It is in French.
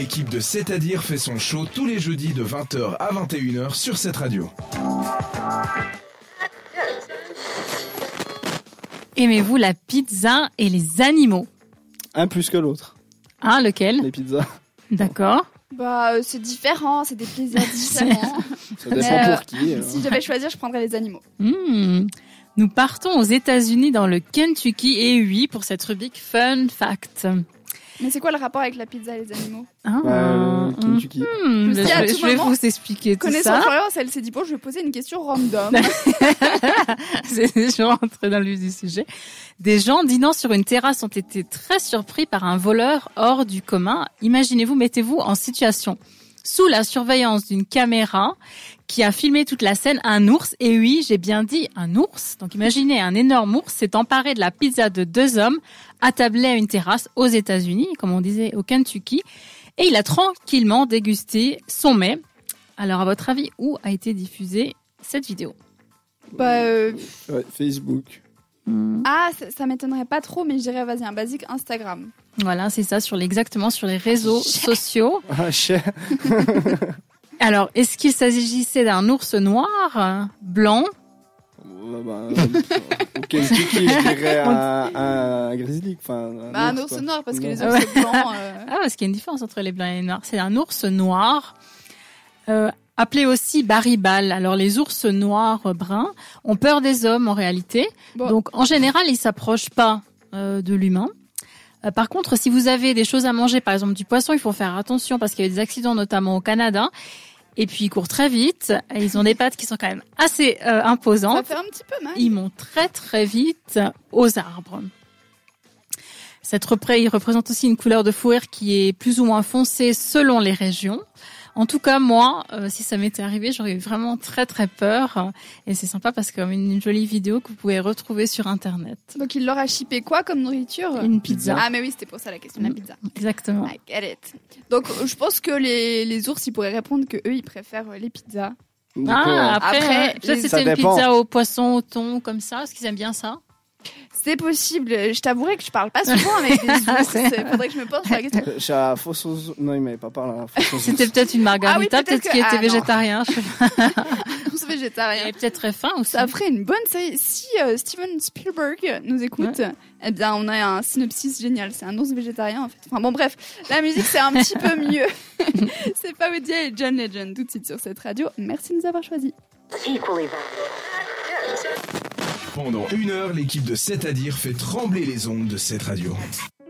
l'équipe de C'est-à-dire fait son show tous les jeudis de 20h à 21h sur cette radio. Aimez-vous la pizza et les animaux? Un plus que l'autre. Ah, lequel? Les pizzas. D'accord. C'est différent, c'est des plaisirs différents. Ça dépend pour qui. Si je devais choisir, je prendrais les animaux. Nous partons aux États-Unis dans le Kentucky et oui, pour cette rubrique Fun Fact. Mais c'est quoi le rapport avec la pizza et les animaux? Le Kentucky. Je vais vous expliquer tout Connaissant ça. Florence, elle s'est dit bon, je vais poser une question random. Je rentre dans le vif du sujet. Des gens dînant sur une terrasse ont été très surpris par un voleur hors du commun. Imaginez-vous, mettez-vous en situation. Sous la surveillance d'une caméra qui a filmé toute la scène, un ours, et oui, j'ai bien dit un ours. Donc imaginez, un énorme ours s'est emparé de la pizza de deux hommes attablés à une terrasse aux États-Unis, comme on disait au Kentucky, et il a tranquillement dégusté son mets. Alors à votre avis, où a été diffusée cette vidéo? Facebook. Ça m'étonnerait pas trop, mais je dirais vas-y, un basique Instagram. Voilà, c'est ça, exactement sur les réseaux sociaux. Cher. Alors, est-ce qu'il s'agissait d'un ours noir, blanc? Au Kentucky, je dirais un grizzly. Un ours noir, parce que les ours blancs... parce qu'il y a une différence entre les blancs et les noirs. C'est un ours noir, appelé aussi baribal. Alors, les ours noirs bruns ont peur des hommes, en réalité. Bon. Donc, en général, ils s'approchent pas de l'humain. Par contre, si vous avez des choses à manger, par exemple du poisson, il faut faire attention parce qu'il y a eu des accidents, notamment au Canada. Et puis, ils courent très vite. Ils ont des pattes qui sont quand même assez imposantes. Ça fait un petit peu mal. Ils montent très, très vite aux arbres. Il représente aussi une couleur de fourrure qui est plus ou moins foncée selon les régions. En tout cas, moi, si ça m'était arrivé, j'aurais eu vraiment très très peur. Et c'est sympa parce que comme une jolie vidéo que vous pouvez retrouver sur Internet. Donc il leur a shippé quoi comme nourriture? Une pizza. Ah mais oui, c'était pour ça la question de la pizza. Exactement. I get it. Donc je pense que les ours, ils pourraient répondre que eux, ils préfèrent les pizzas. Après c'était une pizza au poisson, au thon, comme ça. Est-ce qu'ils aiment bien ça? C'est possible. Je t'avouerai que je parle pas souvent avec les ours. Il faudrait que je me pose la question. Non, il m'avait pas parlé. C'était peut-être une margarita, peut-être qu'il était végétarien. Ours végétarien. Il est peut-être très faim aussi. Ça ferait une bonne série. Si Steven Spielberg nous écoute, eh bien, on a un synopsis génial. C'est un ours végétarien, en fait. Enfin bon, bref. La musique, c'est un petit peu mieux. C'est Paoudia et John Legend tout de suite sur cette radio. Merci de nous avoir choisis. Pendant 1 heure, l'équipe de C'est-à-dire fait trembler les ondes de cette radio.